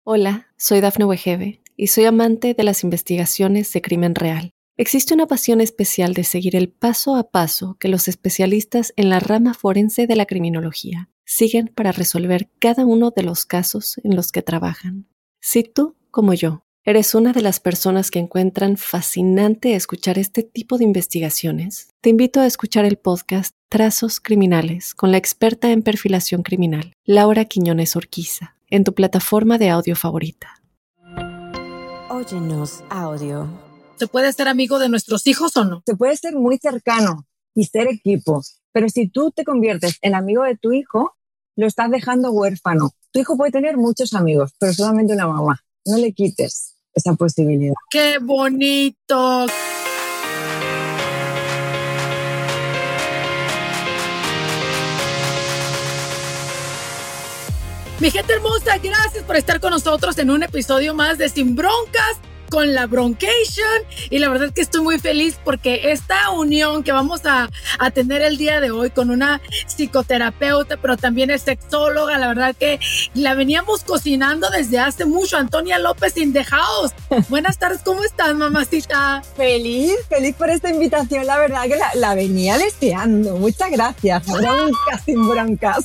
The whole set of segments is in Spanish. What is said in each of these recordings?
Hola, soy Dafne Wegebe y soy amante de las investigaciones de crimen real. Existe una pasión especial de seguir el paso a paso que los especialistas en la rama forense de la criminología siguen para resolver cada uno de los casos en los que trabajan. Si tú, como yo, eres una de las personas que encuentran fascinante escuchar este tipo de investigaciones, te invito a escuchar el podcast Trazos Criminales con la experta en perfilación criminal, Laura Quiñones Orquiza, en tu plataforma de audio favorita. Óyenos audio. ¿Se puede ser amigo de nuestros hijos o no? Se puede ser muy cercano y ser equipo, pero si tú te conviertes en amigo de tu hijo, lo estás dejando huérfano. Tu hijo puede tener muchos amigos, pero solamente una mamá. No le quites esa posibilidad. ¡Qué bonito! Mi gente hermosa, gracias por estar con nosotros en un episodio más de Sin Broncas con la Broncation. Y la verdad es que estoy muy feliz porque esta unión que vamos a tener el día de hoy con una psicoterapeuta, pero también es sexóloga, la verdad que la veníamos cocinando desde hace mucho. Antonia López in the house. Buenas tardes, ¿cómo estás, mamacita? Feliz por esta invitación. La verdad que la venía deseando. Muchas gracias. Broncas sin broncas.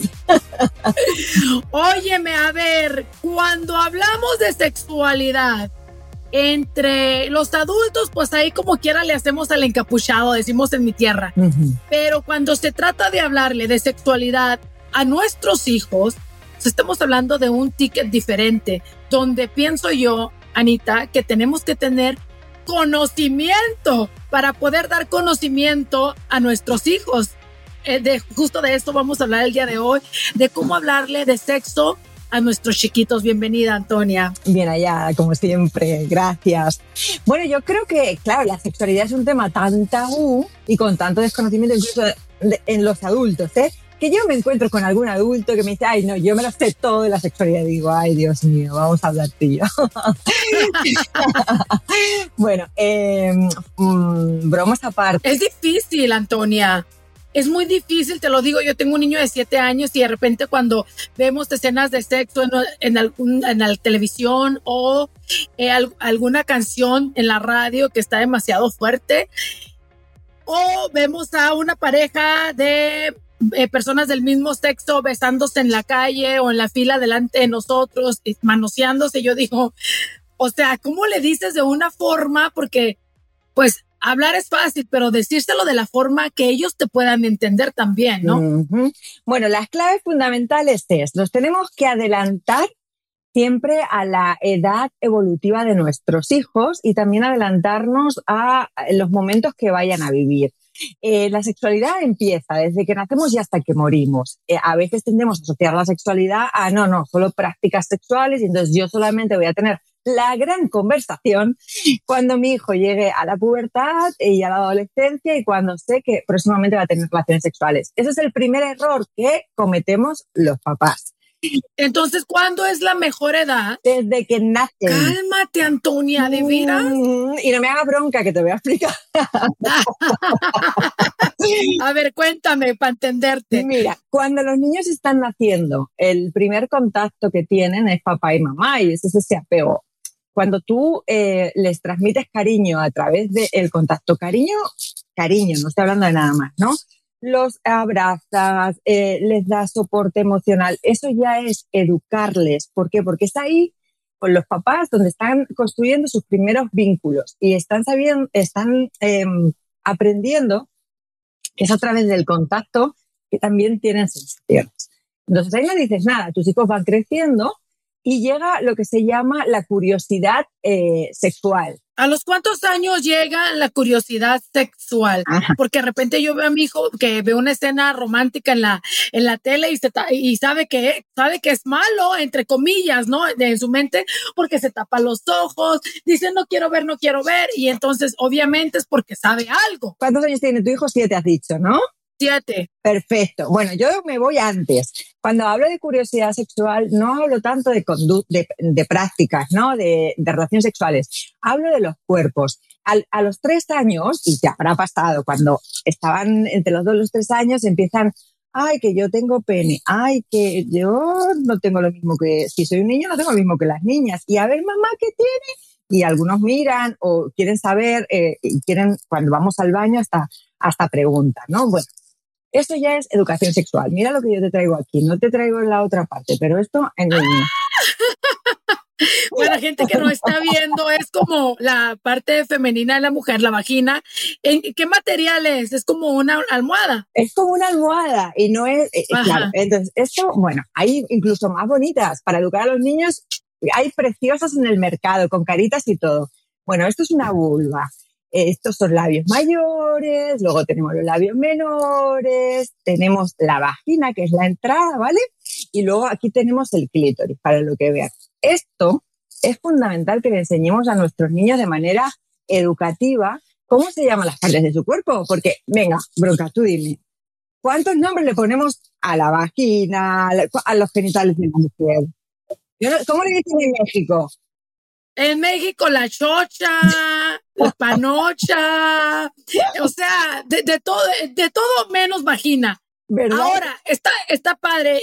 Óyeme, a ver, cuando hablamos de sexualidad entre los adultos, pues ahí como quiera le hacemos al encapuchado, decimos en mi tierra. Pero cuando se trata de hablarle de sexualidad a nuestros hijos, pues estamos hablando de un ticket diferente, donde pienso yo, Anita, que tenemos que tener conocimiento para poder dar conocimiento a nuestros hijos. Justo de esto vamos a hablar el día de hoy, de cómo hablarle de sexo a nuestros chiquitos. Bienvenida, Antonia. Bien hallada, como siempre, gracias. Bueno, yo creo que, claro, la sexualidad es un tema tan tabú y con tanto desconocimiento incluso en los adultos, que yo me encuentro con algún adulto que me dice, ay, no, yo me lo sé todo de la sexualidad. Y digo, ay, Dios mío, vamos a hablar tú y yo. Bueno, bromas aparte. Es difícil, Antonia. Es muy difícil, te lo digo, yo tengo un niño de 7 años y de repente cuando vemos escenas de sexo en la televisión o alguna canción en la radio que está demasiado fuerte, o vemos a una pareja de personas del mismo sexo besándose en la calle o en la fila delante de nosotros, manoseándose, yo digo, o sea, ¿cómo le dices de una forma? Porque, pues, hablar es fácil, pero decírselo de la forma que ellos te puedan entender también, ¿no? Uh-huh. Bueno, las claves fundamentales nos tenemos que adelantar siempre a la edad evolutiva de nuestros hijos y también adelantarnos a los momentos que vayan a vivir. La sexualidad empieza desde que nacemos y hasta que morimos. A veces tendemos a asociar la sexualidad a solo prácticas sexuales y entonces yo solamente voy a tener la gran conversación cuando mi hijo llegue a la pubertad y a la adolescencia y cuando sé que próximamente va a tener relaciones sexuales. Ese es el primer error que cometemos los papás. Entonces, ¿cuándo es la mejor edad? Desde que nacen. Cálmate, Antonia, ¿de veras? Y no me hagas bronca que te voy a explicar. A ver, cuéntame para entenderte. Mira, cuando los niños están naciendo, el primer contacto que tienen es papá y mamá y es ese apego. Cuando tú les transmites cariño a través del contacto, cariño, no estoy hablando de nada más, ¿no? Los abrazas, les das soporte emocional. Eso ya es educarles. ¿Por qué? Porque es ahí con los papás donde están construyendo sus primeros vínculos y están aprendiendo que es a través del contacto que también tienen sensaciones. Entonces ahí no dices nada, tus hijos van creciendo y llega lo que se llama la curiosidad sexual. ¿A los cuántos años llega la curiosidad sexual? Ajá. Porque de repente yo veo a mi hijo que ve una escena romántica en la tele y sabe que es malo, entre comillas, ¿no? En su mente, porque se tapa los ojos, dice no quiero ver, y entonces obviamente es porque sabe algo. ¿Cuántos años tiene tu hijo? 7 has dicho, ¿no? 7. Perfecto. Bueno, yo me voy antes. Cuando hablo de curiosidad sexual, no hablo tanto de prácticas, ¿no? De relaciones sexuales. Hablo de los cuerpos. A los 3 años, y ya habrá pasado, cuando estaban entre los 2 y los 3 años, empiezan ay, que yo tengo pene, ay, que yo no tengo lo mismo que, si soy un niño no tengo lo mismo que las niñas. Y a ver, mamá, ¿qué tiene? Y algunos miran o quieren saber, y quieren, cuando vamos al baño, hasta preguntan, ¿no? Bueno, esto ya es educación sexual. Mira lo que yo te traigo aquí, no te traigo en la otra parte, pero esto en el... Para gente que no está viendo, es como la parte femenina de la mujer, la vagina. ¿En qué material es? Es como una almohada. Es como una almohada y no es, claro, Ajá. entonces esto, bueno, hay incluso más bonitas para educar a los niños, hay preciosas en el mercado con caritas y todo. Bueno, esto es una vulva. Estos son labios mayores, luego tenemos los labios menores, tenemos la vagina, que es la entrada, ¿vale? Y luego aquí tenemos el clítoris, para lo que vean. Esto es fundamental que le enseñemos a nuestros niños de manera educativa cómo se llaman las partes de su cuerpo. Porque, venga, Bronca, tú dime, ¿cuántos nombres le ponemos a la vagina, a los genitales de la mujer? ¿Cómo le dicen en México? En México, la chocha, la panocha, o sea, de todo menos vagina. ¿Verdad? Ahora, está padre,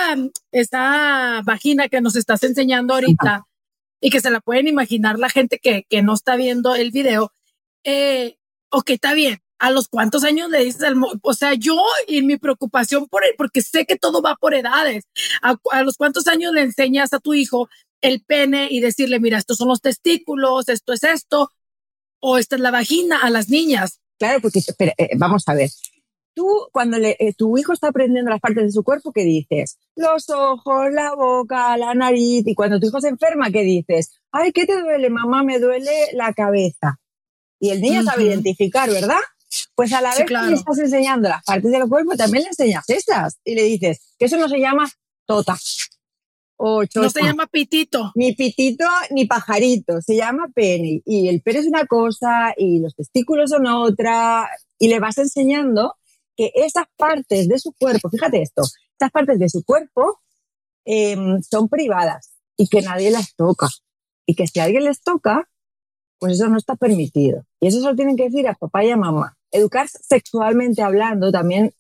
esa vagina que nos estás enseñando ahorita y que se la pueden imaginar la gente que no está viendo el video. Ok, está bien. ¿A los cuántos años le dices o sea, yo y mi preocupación porque sé que todo va por edades. ¿A los cuántos años le enseñas a tu hijo el pene y decirle, mira, estos son los testículos, esto es esto, o esta es la vagina a las niñas? Claro, porque, espera, vamos a ver. Tú, cuando tu hijo está aprendiendo las partes de su cuerpo, ¿qué dices? Los ojos, la boca, la nariz. Y cuando tu hijo se enferma, ¿qué dices? Ay, ¿qué te duele, mamá? Me duele la cabeza. Y el niño sabe identificar, ¿verdad? Pues a la vez que le estás enseñando las partes del cuerpo, también le enseñas esas. Y le dices que eso no se llama tota. O chocha. No se llama pitito. Ni pitito ni pajarito, se llama pene. Y el pene es una cosa y los testículos son otra. Y le vas enseñando que esas partes de su cuerpo, fíjate esto, esas partes de su cuerpo son privadas y que nadie las toca. Y que si alguien les toca, pues eso no está permitido. Y eso se lo tienen que decir a papá y a mamá. Educar sexualmente hablando también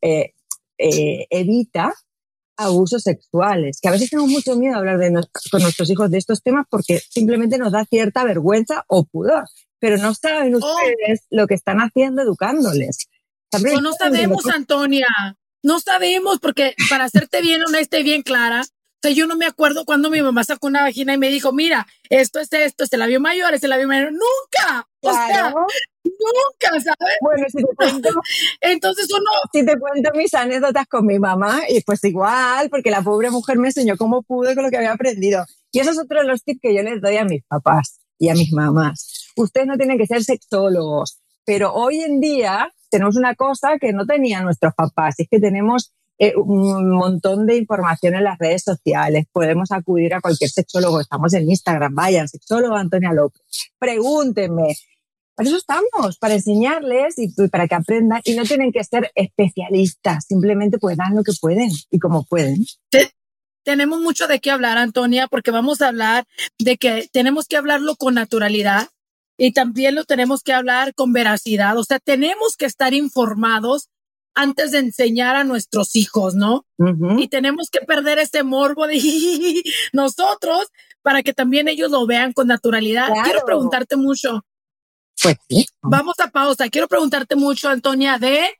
evita abusos sexuales, que a veces tenemos mucho miedo a hablar con nuestros hijos de estos temas porque simplemente nos da cierta vergüenza o pudor, pero no saben ustedes lo que están haciendo educándoles. Pues no sabemos, Antonia, no sabemos, porque para serte bien honesta y bien clara, o sea, yo no me acuerdo cuando mi mamá sacó una vagina y me dijo, mira, esto es el labio mayor, es el labio menor. ¡Nunca! Claro. O sea, nunca, ¿sabes? Bueno, si te cuento, entonces si te cuento mis anécdotas con mi mamá, y pues igual, porque la pobre mujer me enseñó cómo pudo con lo que había aprendido. Y eso es otro de los tips que yo les doy a mis papás y a mis mamás. Ustedes no tienen que ser sexólogos, pero hoy en día tenemos una cosa que no tenían nuestros papás, y es que tenemos un montón de información en las redes sociales. Podemos acudir a cualquier sexólogo. Estamos en Instagram, vayan, sexólogo Antonia López. Pregúntenme. Para eso estamos, para enseñarles y para que aprendan. Y no tienen que ser especialistas, simplemente pues dan lo que pueden y como pueden. Tenemos mucho de qué hablar, Antonia, porque vamos a hablar de que tenemos que hablarlo con naturalidad y también lo tenemos que hablar con veracidad. O sea, tenemos que estar informados antes de enseñar a nuestros hijos, ¿no? Y tenemos que perder ese morbo de nosotros para que también ellos lo vean con naturalidad. Claro. Quiero preguntarte mucho. Pues sí. Vamos a pausa. Quiero preguntarte mucho, Antonia,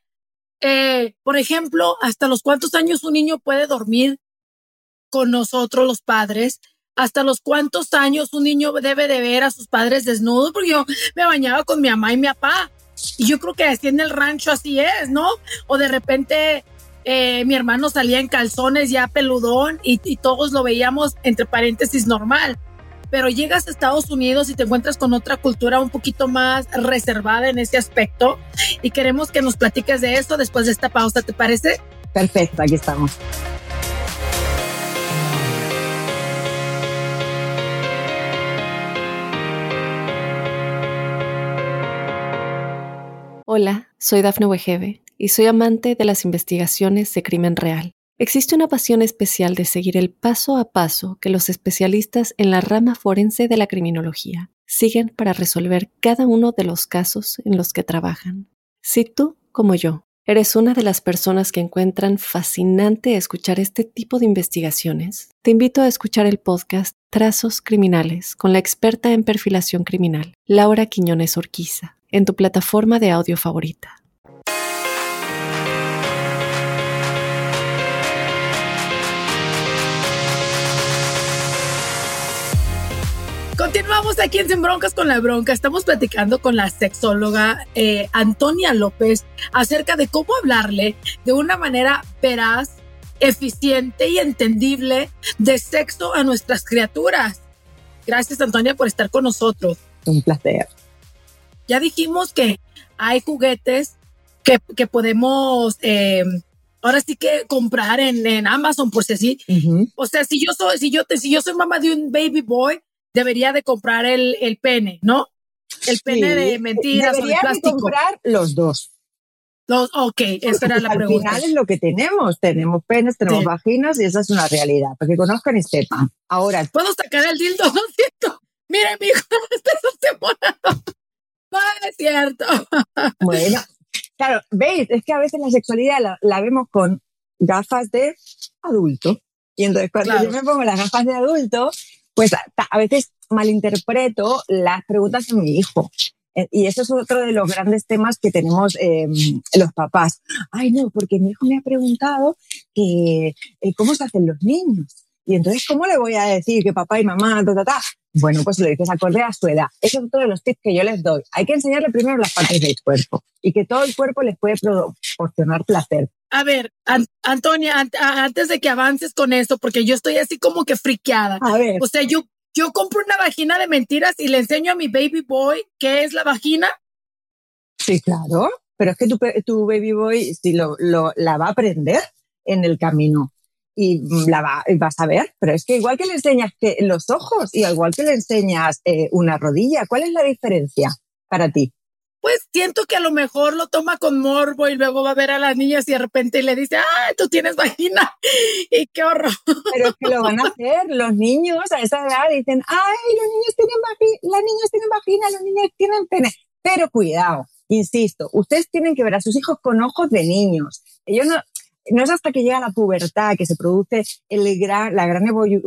por ejemplo, hasta los cuántos años un niño puede dormir con nosotros los padres, hasta los cuántos años un niño debe de ver a sus padres desnudos, porque yo me bañaba con mi mamá y mi papá. Y yo creo que así en el rancho así es, ¿no? O de repente mi hermano salía en calzones ya peludón y todos lo veíamos entre paréntesis normal. Pero llegas a Estados Unidos y te encuentras con otra cultura un poquito más reservada en ese aspecto y queremos que nos platiques de esto después de esta pausa, ¿te parece? Perfecto, aquí estamos. Hola, soy Dafne Wegebe y soy amante de las investigaciones de crimen real. Existe una pasión especial de seguir el paso a paso que los especialistas en la rama forense de la criminología siguen para resolver cada uno de los casos en los que trabajan. Si tú, como yo, ¿Eres una de las personas que encuentran fascinante escuchar este tipo de investigaciones? Te invito a escuchar el podcast Trazos Criminales con la experta en perfilación criminal, Laura Quiñones Orquiza, en tu plataforma de audio favorita. Continuamos aquí en Sin Broncas con la Bronca. Estamos platicando con la sexóloga Antonia López acerca de cómo hablarle de una manera veraz, eficiente y entendible de sexo a nuestras criaturas. Gracias, Antonia, por estar con nosotros. Un placer. Ya dijimos que hay juguetes que podemos ahora sí que comprar en Amazon, por si así. Uh-huh. O sea, si yo soy mamá de un baby boy, debería de comprar el pene, ¿no? El pene de mentiras o de plástico. Debería de comprar los dos. Ok, esa era la pregunta. Al final es lo que tenemos. Tenemos penes, tenemos vaginas y esa es una realidad, para que conozcan y sepan. Ahora, ¿puedo sacar el dildo? Lo siento. Mira, mi hijo, estás emocionado. No es cierto. Bueno, claro, veis, es que a veces la sexualidad la vemos con gafas de adulto. Y entonces cuando yo me pongo las gafas de adulto, pues a veces malinterpreto las preguntas de mi hijo. Y eso es otro de los grandes temas que tenemos los papás. Ay, no, porque mi hijo me ha preguntado que cómo se hacen los niños. Y entonces, ¿cómo le voy a decir que papá y mamá, Bueno, pues lo dices acorde a su edad. Ese es otro de los tips que yo les doy. Hay que enseñarle primero las partes del cuerpo y que todo el cuerpo les puede proporcionar placer. A ver, Antonia, antes de que avances con esto, porque yo estoy así como que friqueada. A ver. O sea, yo compro una vagina de mentiras y le enseño a mi baby boy qué es la vagina. Sí, claro. Pero es que tu baby boy sí la va a aprender en el camino. Y vas a ver, pero es que igual que le enseñas los ojos y igual que le enseñas una rodilla, ¿cuál es la diferencia para ti? Pues siento que a lo mejor lo toma con morbo y luego va a ver a las niñas y de repente le dice, tú tienes vagina, y qué horror. Pero es que lo van a hacer los niños a esa edad, dicen, los niños tienen vagina, las niñas tienen vagina, los niños tienen pene. Pero cuidado, insisto, ustedes tienen que ver a sus hijos con ojos de niños. Ellos no es hasta que llega la pubertad que se produce la gran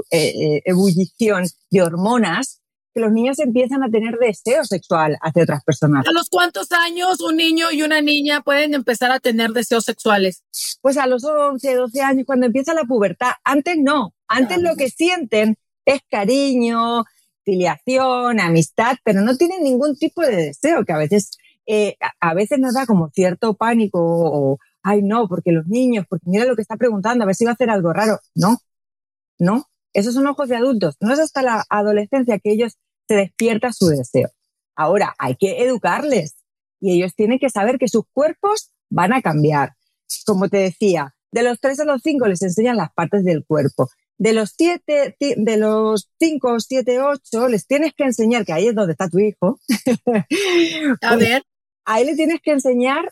ebullición de hormonas que los niños empiezan a tener deseo sexual hacia otras personas. ¿A los cuántos años un niño y una niña pueden empezar a tener deseos sexuales? Pues a los 11, 12 años, cuando empieza la pubertad. Antes no. Antes lo que sienten es cariño, filiación, amistad, pero no tienen ningún tipo de deseo, que a veces nos da como cierto pánico o ay, no, porque los niños, porque mira lo que está preguntando, a ver si va a hacer algo raro. No. Esos son ojos de adultos. No es hasta la adolescencia que ellos se despierta su deseo. Ahora, hay que educarles y ellos tienen que saber que sus cuerpos van a cambiar. Como te decía, de los 3 a los 5 les enseñan las partes del cuerpo. De los 5, 7, 8 les tienes que enseñar, que ahí es donde está tu hijo. A ver. Ahí le tienes que enseñar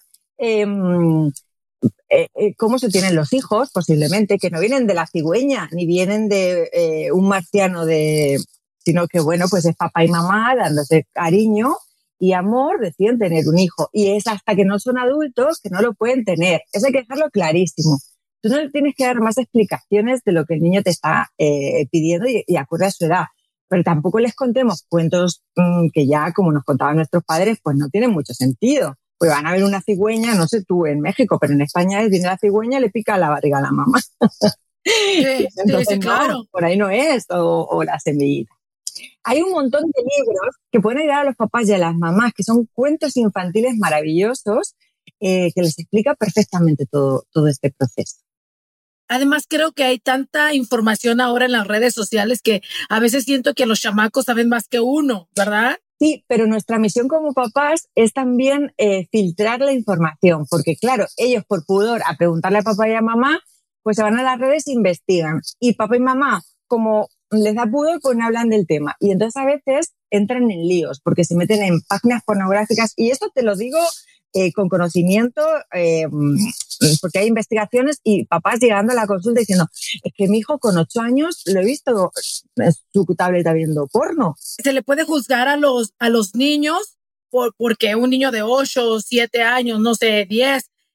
cómo se tienen los hijos, posiblemente, que no vienen de la cigüeña, ni vienen de un marciano, sino que, bueno, pues es papá y mamá dándose cariño y amor, deciden tener un hijo. Y es hasta que no son adultos que no lo pueden tener. Eso hay que dejarlo clarísimo. Tú no le tienes que dar más explicaciones de lo que el niño te está pidiendo y acorde a su edad. Pero tampoco les contemos cuentos que ya, como nos contaban nuestros padres, pues no tienen mucho sentido. Pues van a ver una cigüeña, no sé tú en México, pero en España viene la cigüeña y le pica la barriga a la mamá. Entonces, claro. No, por ahí no es, o la semillita. Hay un montón de libros que pueden ayudar a los papás y a las mamás, que son cuentos infantiles maravillosos, que les explica perfectamente todo este proceso. Además, creo que hay tanta información ahora en las redes sociales que a veces siento que los chamacos saben más que uno, ¿verdad? Sí, pero nuestra misión como papás es también filtrar la información, porque claro, ellos por pudor a preguntarle a papá y a mamá, pues se van a las redes e investigan. Y papá y mamá, como les da pudor, pues no hablan del tema. Y entonces a veces entran en líos, porque se meten en páginas pornográficas. Y esto te lo digo con conocimiento, porque hay investigaciones y papás llegando a la consulta diciendo, es que mi hijo con 8 años lo he visto en su tableta viendo porno. Se le puede juzgar a los niños porque un niño de 8 o 7 años, no sé, 10,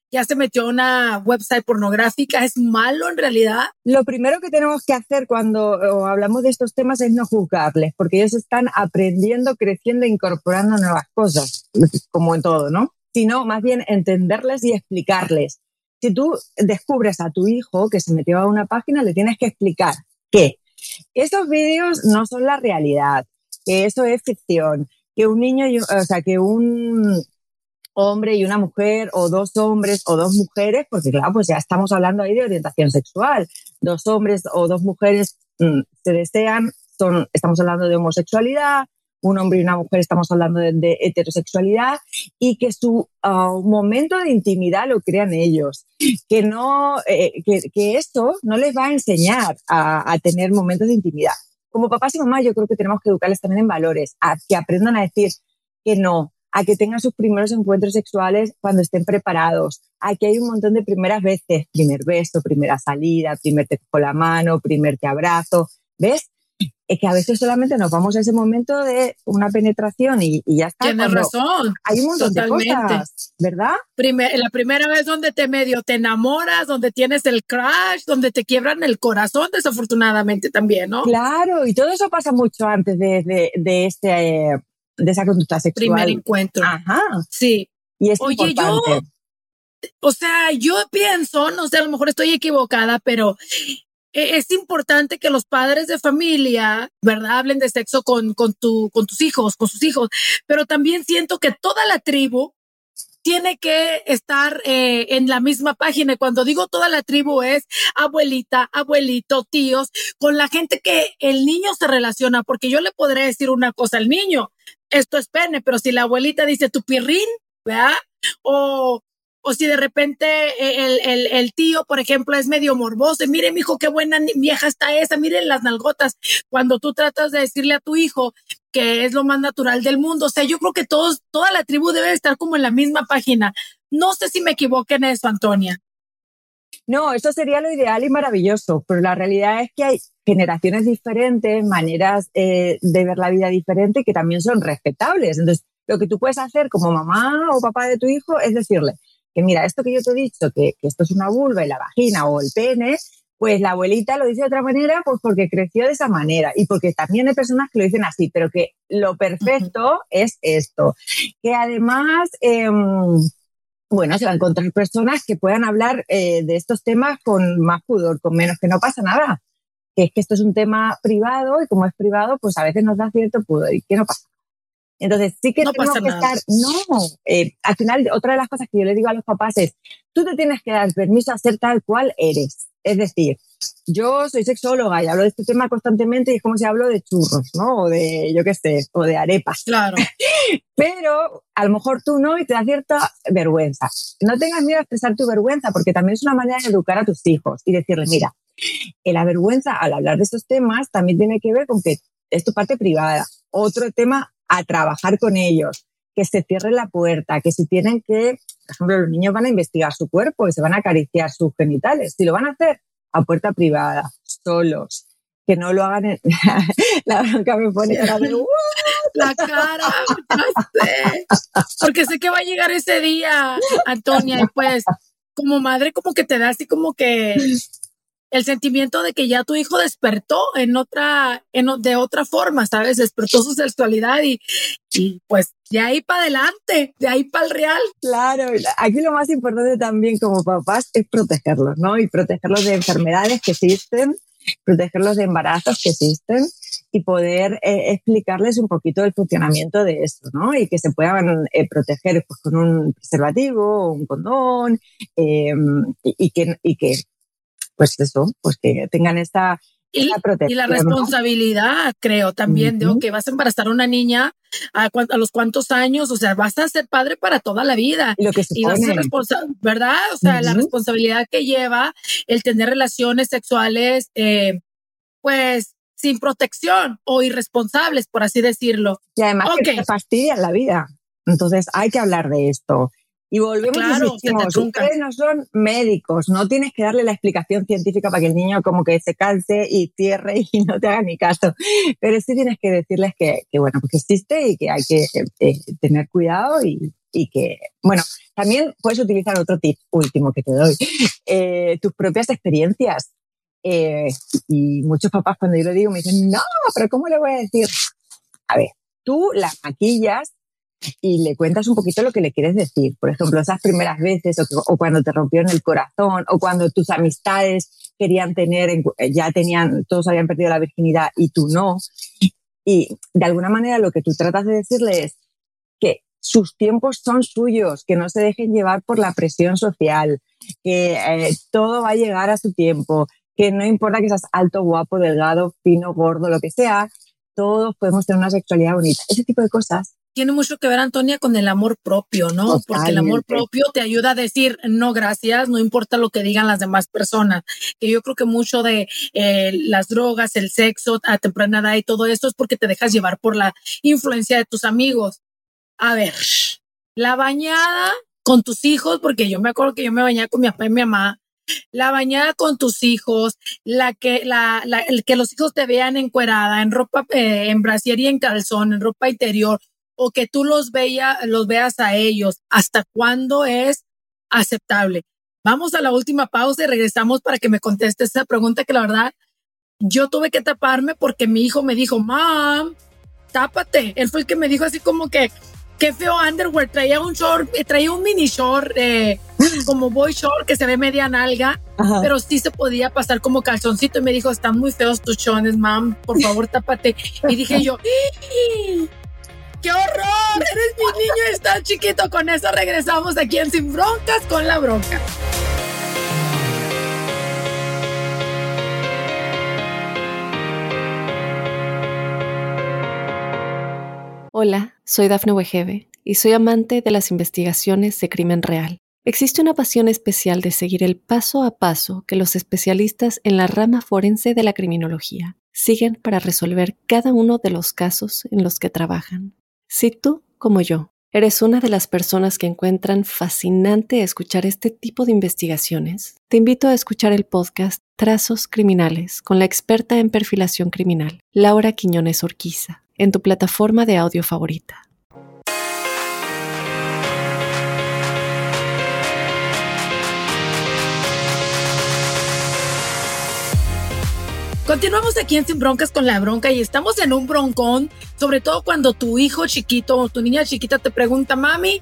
ya se metió a una website pornográfica, ¿es malo en realidad? Lo primero que tenemos que hacer cuando hablamos de estos temas es no juzgarles, porque ellos están aprendiendo, creciendo, incorporando nuevas cosas, como en todo, ¿no? Sino más bien entenderles y explicarles. Si tú descubres a tu hijo que se metió a una página, le tienes que explicar que esos vídeos no son la realidad, que eso es ficción, que un niño, que un hombre y una mujer, o dos hombres o dos mujeres, porque claro, pues ya estamos hablando ahí de orientación sexual. Dos hombres o dos mujeres se desean, estamos hablando de homosexualidad. Un hombre y una mujer estamos hablando de heterosexualidad, y que su momento de intimidad lo crean ellos, que no, que eso no les va a enseñar a tener momentos de intimidad. Como papás y mamás, yo creo que tenemos que educarles también en valores, a que aprendan a decir que no, a que tengan sus primeros encuentros sexuales cuando estén preparados, a que hay un montón de primeras veces, primer beso, primera salida, primer te cojo la mano, primer te abrazo, ¿ves? Es que a veces solamente nos vamos a ese momento de una penetración y ya está. Tienes razón. Hay un montón totalmente. de cosas, ¿verdad? La primera vez donde te enamoras, donde tienes el crush, donde te quiebran el corazón, desafortunadamente también, ¿no? Claro, y todo eso pasa mucho antes de esa conducta sexual. Primer encuentro. Ajá. Sí. Y es importante. Yo pienso, no sé, a lo mejor estoy equivocada, pero es importante que los padres de familia, ¿verdad?, hablen de sexo con tus hijos, con sus hijos, pero también siento que toda la tribu tiene que estar en la misma página. Y cuando digo toda la tribu es abuelita, abuelito, tíos, con la gente que el niño se relaciona, porque yo le podré decir una cosa al niño, esto es pene, pero si la abuelita dice tu pirrín, ¿verdad? O si de repente el tío, por ejemplo, es medio morboso, y mire, mijo, qué buena vieja está esa, miren las nalgotas. Cuando tú tratas de decirle a tu hijo que es lo más natural del mundo, o sea, yo creo que toda la tribu debe estar como en la misma página. No sé si me equivoqué en eso, Antonia. No, eso sería lo ideal y maravilloso, pero la realidad es que hay generaciones diferentes, maneras de ver la vida diferente, que también son respetables. Entonces, lo que tú puedes hacer como mamá o papá de tu hijo es decirle que mira, esto que yo te he dicho, que esto es una vulva y la vagina o el pene, pues la abuelita lo dice de otra manera, pues porque creció de esa manera, y porque también hay personas que lo dicen así, pero que lo perfecto es esto. Que además, se va a encontrar personas que puedan hablar de estos temas con más pudor, con menos, que no pasa nada. Que es que esto es un tema privado, y como es privado, pues a veces nos da cierto pudor y que no pasa. Entonces sí que no tenemos que estar, al final otra de las cosas que yo le digo a los papás es, tú te tienes que dar permiso a ser tal cual eres. Es decir, yo soy sexóloga y hablo de este tema constantemente, y es como si hablo de churros, ¿no? O de, yo qué sé, o de arepas. Claro. Pero a lo mejor tú no, y te da cierta vergüenza. No tengas miedo a expresar tu vergüenza, porque también es una manera de educar a tus hijos y decirles, mira, la vergüenza al hablar de estos temas también tiene que ver con que es tu parte privada. Otro tema a trabajar con ellos, que se cierre la puerta, que si tienen que, por ejemplo, los niños van a investigar su cuerpo y se van a acariciar sus genitales, si lo van a hacer a puerta privada, solos, que no lo hagan en... La bronca me pone cara de la cara, no sé, porque sé que va a llegar ese día, Antonia, y pues como madre como que te da así como que el sentimiento de que ya tu hijo despertó de otra forma, ¿sabes? Despertó su sexualidad y pues de ahí para adelante, de ahí para el real. Claro, aquí lo más importante también como papás es protegerlos, ¿no? Y protegerlos de enfermedades que existen, protegerlos de embarazos que existen, y poder explicarles un poquito el funcionamiento de esto, ¿no? Y que se puedan proteger pues, con un preservativo o un condón, y que pues eso, pues que tengan esta protección. Y la responsabilidad, ¿no? Creo también, de que vas a embarazar a una niña a los cuantos años, o sea, vas a ser padre para toda la vida. Y lo que se y vas a ser responsable, ¿verdad? O sea, la responsabilidad que lleva el tener relaciones sexuales, pues, sin protección o irresponsables, por así decirlo. Y además que te fastidian la vida. Entonces hay que hablar de esto. Y volvemos a decir, ustedes no son médicos, no tienes que darle la explicación científica para que el niño como que se canse y cierre y no te haga ni caso. Pero sí tienes que decirles que bueno, pues que existe y que hay que tener cuidado y y que, bueno, también puedes utilizar otro tip último que te doy, tus propias experiencias. Y muchos papás cuando yo lo digo me dicen, no, pero ¿cómo le voy a decir? A ver, tú la maquillas y le cuentas un poquito lo que le quieres decir. Por ejemplo, esas primeras veces o cuando te rompieron el corazón o cuando tus amistades querían tener, todos habían perdido la virginidad y tú no. Y de alguna manera lo que tú tratas de decirle es que sus tiempos son suyos, que no se dejen llevar por la presión social, que todo va a llegar a su tiempo, que no importa que seas alto, guapo, delgado, fino, gordo, lo que sea, todos podemos tener una sexualidad bonita. Ese tipo de cosas. Tiene mucho que ver, Antonia, con el amor propio, ¿no? Totalmente. Porque el amor propio te ayuda a decir no gracias, no importa lo que digan las demás personas. Que yo creo que mucho de las drogas, el sexo a temprana edad y todo esto es porque te dejas llevar por la influencia de tus amigos. A ver, la bañada con tus hijos, porque yo me acuerdo que yo me bañaba con mi papá y mi mamá. La bañada con tus hijos, el que los hijos te vean encuerada, en ropa, en brasier y en calzón, en ropa interior, o que tú los veas a ellos. ¿Hasta cuándo es aceptable? Vamos a la última pausa y regresamos para que me contestes esa pregunta que la verdad yo tuve que taparme porque mi hijo me dijo, Mom, tápate. Él fue el que me dijo así como que qué feo underwear, traía un short, traía un mini short, como boy short que se ve media nalga, ajá, pero sí se podía pasar como calzoncito y me dijo, están muy feos tus chones, mam, por favor tápate. Y dije yo, ¡qué horror! Eres mi niño y estás chiquito. Con eso regresamos aquí en Sin Broncas con la Bronca. Hola, soy Dafne Wegebe y soy amante de las investigaciones de crimen real. Existe una pasión especial de seguir el paso a paso que los especialistas en la rama forense de la criminología siguen para resolver cada uno de los casos en los que trabajan. Si tú, como yo, eres una de las personas que encuentran fascinante escuchar este tipo de investigaciones, te invito a escuchar el podcast Trazos Criminales con la experta en perfilación criminal, Laura Quiñones Orquiza, en tu plataforma de audio favorita. Continuamos aquí en Sin Broncas con la Bronca y estamos en un broncón, sobre todo cuando tu hijo chiquito o tu niña chiquita te pregunta, mami,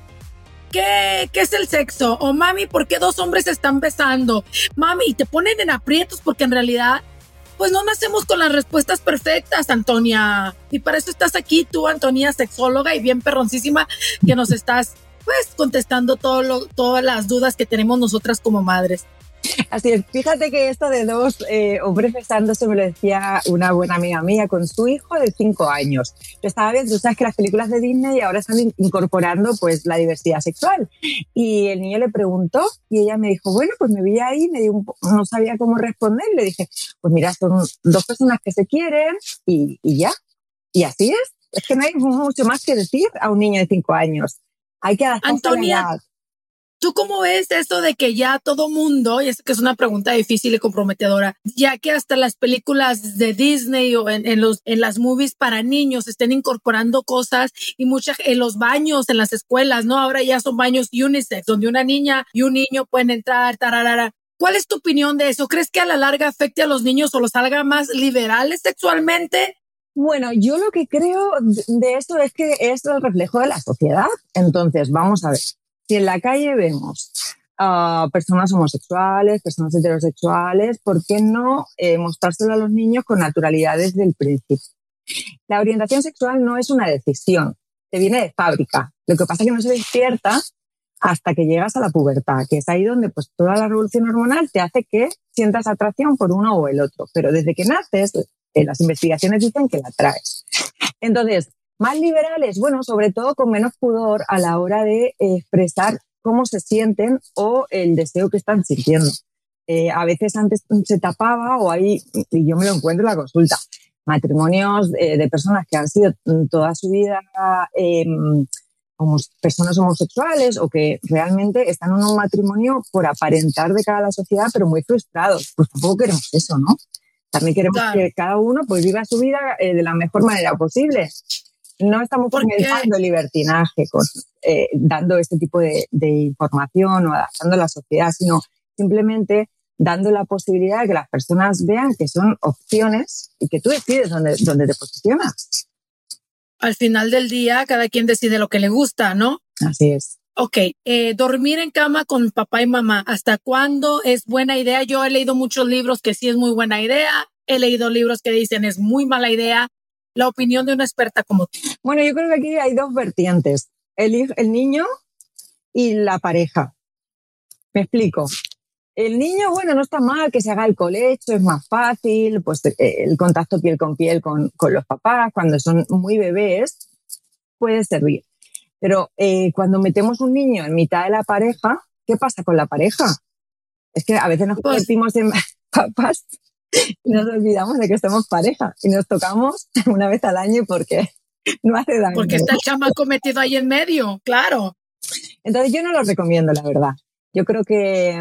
¿qué es el sexo? O mami, ¿por qué dos hombres se están besando? Mami, y te ponen en aprietos porque en realidad pues no nacemos con las respuestas perfectas, Antonia. Y para eso estás aquí tú, Antonia, sexóloga y bien perroncísima, que nos estás pues contestando todas las dudas que tenemos nosotras como madres. Así es, fíjate que esto de dos hombres besándose me lo decía una buena amiga mía con su hijo de 5 años. Yo estaba viendo, tú sabes que las películas de Disney ahora están incorporando pues la diversidad sexual. Y el niño le preguntó y ella me dijo, bueno, pues me vi ahí, no sabía cómo responder. Y le dije, pues mira, son dos personas que se quieren y ya. Y así es. Es que no hay mucho más que decir a un niño de 5 años. Hay que adaptarse a la edad. ¿Tú cómo ves eso de que ya todo mundo, y es que es una pregunta difícil y comprometedora, ya que hasta las películas de Disney o en las movies para niños estén incorporando cosas y en los baños, en las escuelas, ¿no? Ahora ya son baños unisex, donde una niña y un niño pueden entrar, tararara. ¿Cuál es tu opinión de eso? ¿Crees que a la larga afecte a los niños o los haga más liberales sexualmente? Bueno, yo lo que creo de esto es que es el reflejo de la sociedad. Entonces, vamos a ver. Si en la calle vemos a personas homosexuales, personas heterosexuales, ¿por qué no mostrárselo a los niños con naturalidad desde el principio? La orientación sexual no es una decisión, te viene de fábrica. Lo que pasa es que no se despierta hasta que llegas a la pubertad, que es ahí donde pues toda la revolución hormonal te hace que sientas atracción por uno o el otro. Pero desde que naces, las investigaciones dicen que la atraes. Entonces, más liberales, bueno, sobre todo con menos pudor a la hora de expresar cómo se sienten o el deseo que están sintiendo. A veces antes se tapaba o ahí, y yo me lo encuentro en la consulta, matrimonios de personas que han sido toda su vida como personas homosexuales o que realmente están en un matrimonio por aparentar de cara a la sociedad, pero muy frustrados. Pues tampoco queremos eso, ¿no? También queremos que cada uno pues viva su vida de la mejor manera posible. No estamos fomentando libertinaje dando este tipo de información o adaptando a la sociedad, sino simplemente dando la posibilidad de que las personas vean que son opciones y que tú decides dónde te posicionas. Al final del día, cada quien decide lo que le gusta, ¿no? Así es. Ok, dormir en cama con papá y mamá, ¿hasta cuándo es buena idea? Yo he leído muchos libros que sí es muy buena idea, he leído libros que dicen es muy mala idea. La opinión de una experta como tú. Bueno, yo creo que aquí hay dos vertientes, el niño y la pareja. Me explico. El niño, bueno, no está mal que se haga el colecho, es más fácil, pues el contacto piel con piel con los papás, cuando son muy bebés, puede servir. Pero cuando metemos un niño en mitad de la pareja, ¿qué pasa con la pareja? Es que a veces nos convertimos en papás y nos olvidamos de que somos pareja y nos tocamos una vez al año porque no hace daño. Porque está el chamaco metido ahí en medio, claro. Entonces yo no lo recomiendo, la verdad. Yo creo que,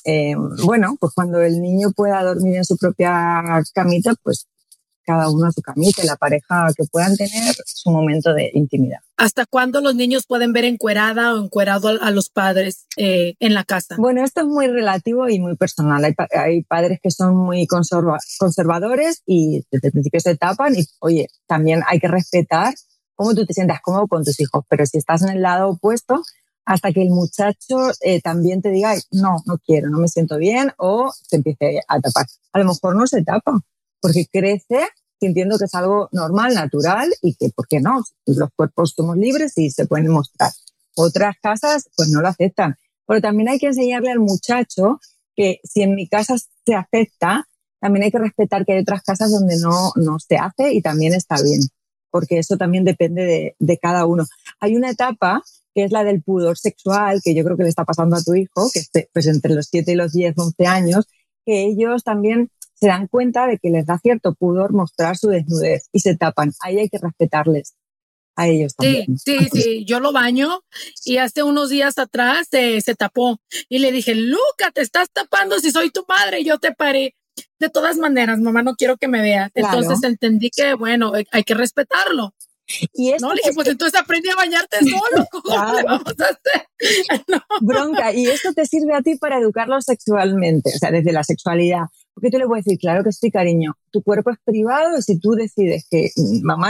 bueno, pues cuando el niño pueda dormir en su propia camita, pues cada uno a su camita y la pareja que puedan tener su momento de intimidad. ¿Hasta cuándo los niños pueden ver encuerada o encuerado a los padres en la casa? Bueno, esto es muy relativo y muy personal. Hay padres que son muy conservadores y desde el principio se tapan y, oye, también hay que respetar cómo tú te sientas cómodo con tus hijos, pero si estás en el lado opuesto, hasta que el muchacho también te diga, no quiero, no me siento bien, o se empiece a tapar. A lo mejor no se tapa, porque crece sintiendo que es algo normal, natural y que, ¿por qué no? Los cuerpos somos libres y se pueden mostrar. Otras casas, pues no lo aceptan. Pero también hay que enseñarle al muchacho que si en mi casa se acepta, también hay que respetar que hay otras casas donde no se hace y también está bien, porque eso también depende de cada uno. Hay una etapa que es la del pudor sexual, que yo creo que le está pasando a tu hijo, que pues entre los 7 y los 10, 11 años, que ellos también se dan cuenta de que les da cierto pudor mostrar su desnudez y se tapan. Ahí hay que respetarles a ellos también. Sí, yo lo baño y hace unos días atrás se tapó y le dije, Luca, te estás tapando si soy tu madre, yo te paré. De todas maneras, mamá, no quiero que me veas. Claro. Entonces entendí que, bueno, hay que respetarlo. Y no, le dije, pues entonces aprendí a bañarte solo. ¿Cómo claro. le vamos a hacer? No. Bronca, y esto te sirve a ti para educarlo sexualmente, o sea, desde la sexualidad. Porque tú le puedes decir, claro que sí, cariño, tu cuerpo es privado y si tú decides que mamá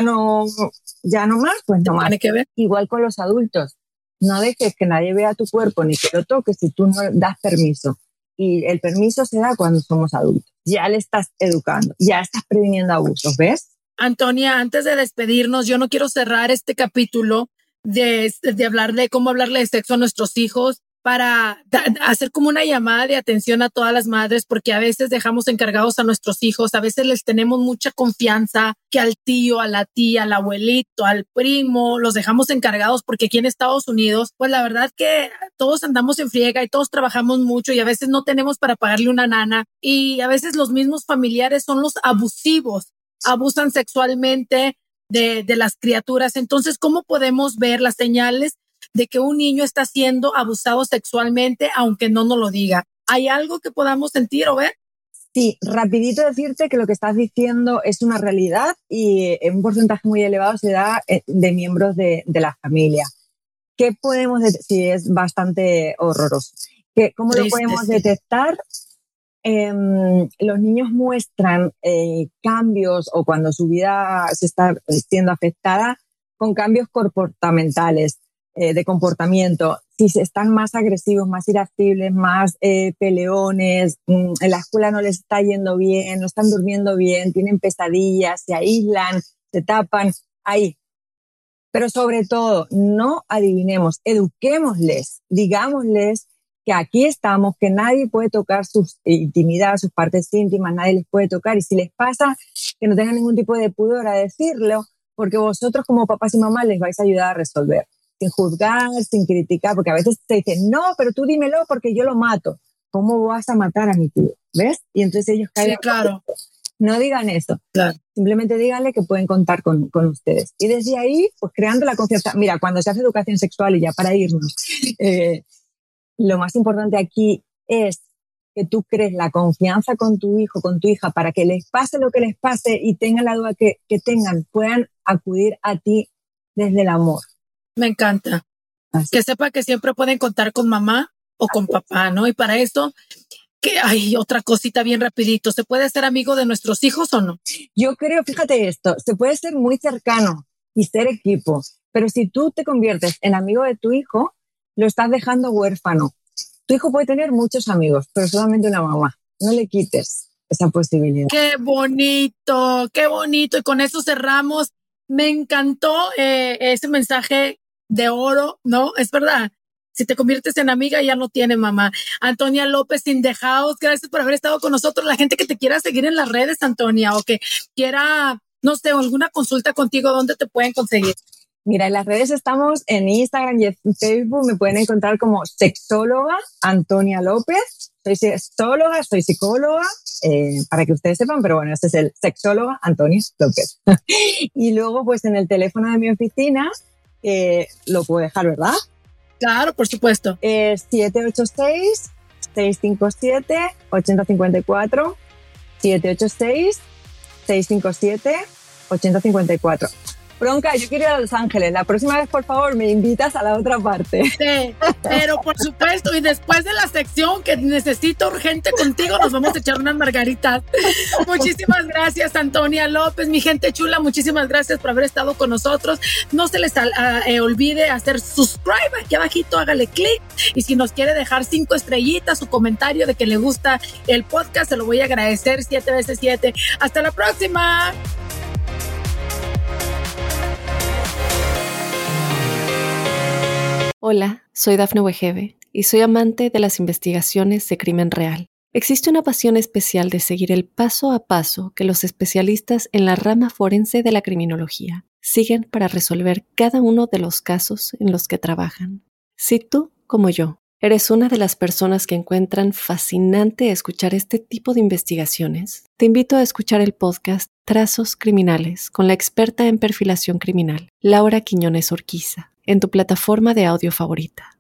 ya no más, pues no más. Tiene que ver. Igual con los adultos. No dejes que nadie vea tu cuerpo ni que lo toques si tú no das permiso. Y el permiso se da cuando somos adultos. Ya le estás educando, ya estás previniendo abusos, ¿ves? Antonia, antes de despedirnos, yo no quiero cerrar este capítulo de hablar de cómo hablarle de sexo a nuestros hijos para hacer como una llamada de atención a todas las madres, porque a veces dejamos encargados a nuestros hijos, a veces les tenemos mucha confianza que al tío, a la tía, al abuelito, al primo, los dejamos encargados porque aquí en Estados Unidos, pues la verdad que todos andamos en friega y todos trabajamos mucho y a veces no tenemos para pagarle una nana y a veces los mismos familiares son los abusivos, abusan sexualmente de las criaturas. Entonces, ¿cómo podemos ver las señales de que un niño está siendo abusado sexualmente, aunque no nos lo diga? ¿Hay algo que podamos sentir o ver? Sí, rapidito decirte que lo que estás diciendo es una realidad y un porcentaje muy elevado se da de miembros de la familia. ¿Qué podemos decir? Sí, es bastante horroroso. ¿Cómo lo podemos detectar? Los niños muestran cambios o cuando su vida se está siendo afectada con cambios comportamentales, de comportamiento. Si están más agresivos, más irascibles, más peleones, en la escuela no les está yendo bien, no están durmiendo bien, tienen pesadillas, se aíslan, se tapan, ahí. Pero sobre todo, no adivinemos, eduquémosles, digámosles que aquí estamos, que nadie puede tocar su intimidad, sus partes íntimas, nadie les puede tocar. Y si les pasa, que no tengan ningún tipo de pudor a decirlo, porque vosotros como papás y mamás les vais a ayudar a resolver, sin juzgar, sin criticar, porque a veces te dicen, no, pero tú dímelo porque yo lo mato. ¿Cómo vas a matar a mi tío? ¿Ves? Y entonces ellos caen. Sí, claro. No digan eso. Claro. Simplemente díganle que pueden contar con ustedes. Y desde ahí, pues creando la confianza. Mira, cuando se hace educación sexual, y ya para irnos, lo más importante aquí es que tú crees la confianza con tu hijo, con tu hija, para que les pase lo que les pase y tengan la duda que tengan, puedan acudir a ti desde el amor. Me encanta. que sepa que siempre pueden contar con mamá o con papá, ¿no? Y para esto, que hay otra cosita bien rapidito, ¿se puede ser amigo de nuestros hijos o no? Yo creo, fíjate esto, se puede ser muy cercano y ser equipo, pero si tú te conviertes en amigo de tu hijo, lo estás dejando huérfano. Tu hijo puede tener muchos amigos, pero solamente una mamá. No le quites esa posibilidad. Qué bonito, qué bonito. Y con eso cerramos. Me encantó ese mensaje de oro, ¿no? Es verdad. Si te conviertes en amiga, ya no tiene mamá. Antonia López in the house, gracias por haber estado con nosotros. La gente que te quiera seguir en las redes, Antonia, o que quiera, no sé, alguna consulta contigo, ¿dónde te pueden conseguir? Mira, en las redes estamos en Instagram y en Facebook. Me pueden encontrar como sexóloga Antonia López. Soy sexóloga, soy psicóloga, para que ustedes sepan, pero bueno, este es el sexóloga Antonia López. Y luego, pues en el teléfono de mi oficina, lo puedo dejar, ¿verdad? Claro, por supuesto. 786-657-8054. 786-657-8054. Bronca, yo quiero ir a Los Ángeles. La próxima vez, por favor, me invitas a la otra parte. Sí, pero por supuesto, y después de la sección que necesito urgente contigo, nos vamos a echar unas margaritas. Muchísimas gracias, Antonia López, mi gente chula, muchísimas gracias por haber estado con nosotros. No se les olvide hacer subscribe aquí abajito, hágale clic, y si nos quiere dejar 5 estrellitas, su comentario de que le gusta el podcast, se lo voy a agradecer 7 veces 7. Hasta la próxima. Hola, soy Dafne Wegebe y soy amante de las investigaciones de crimen real. Existe una pasión especial de seguir el paso a paso que los especialistas en la rama forense de la criminología siguen para resolver cada uno de los casos en los que trabajan. Si tú, como yo, eres una de las personas que encuentran fascinante escuchar este tipo de investigaciones, te invito a escuchar el podcast Trazos Criminales con la experta en perfilación criminal, Laura Quiñones Orquiza, en tu plataforma de audio favorita.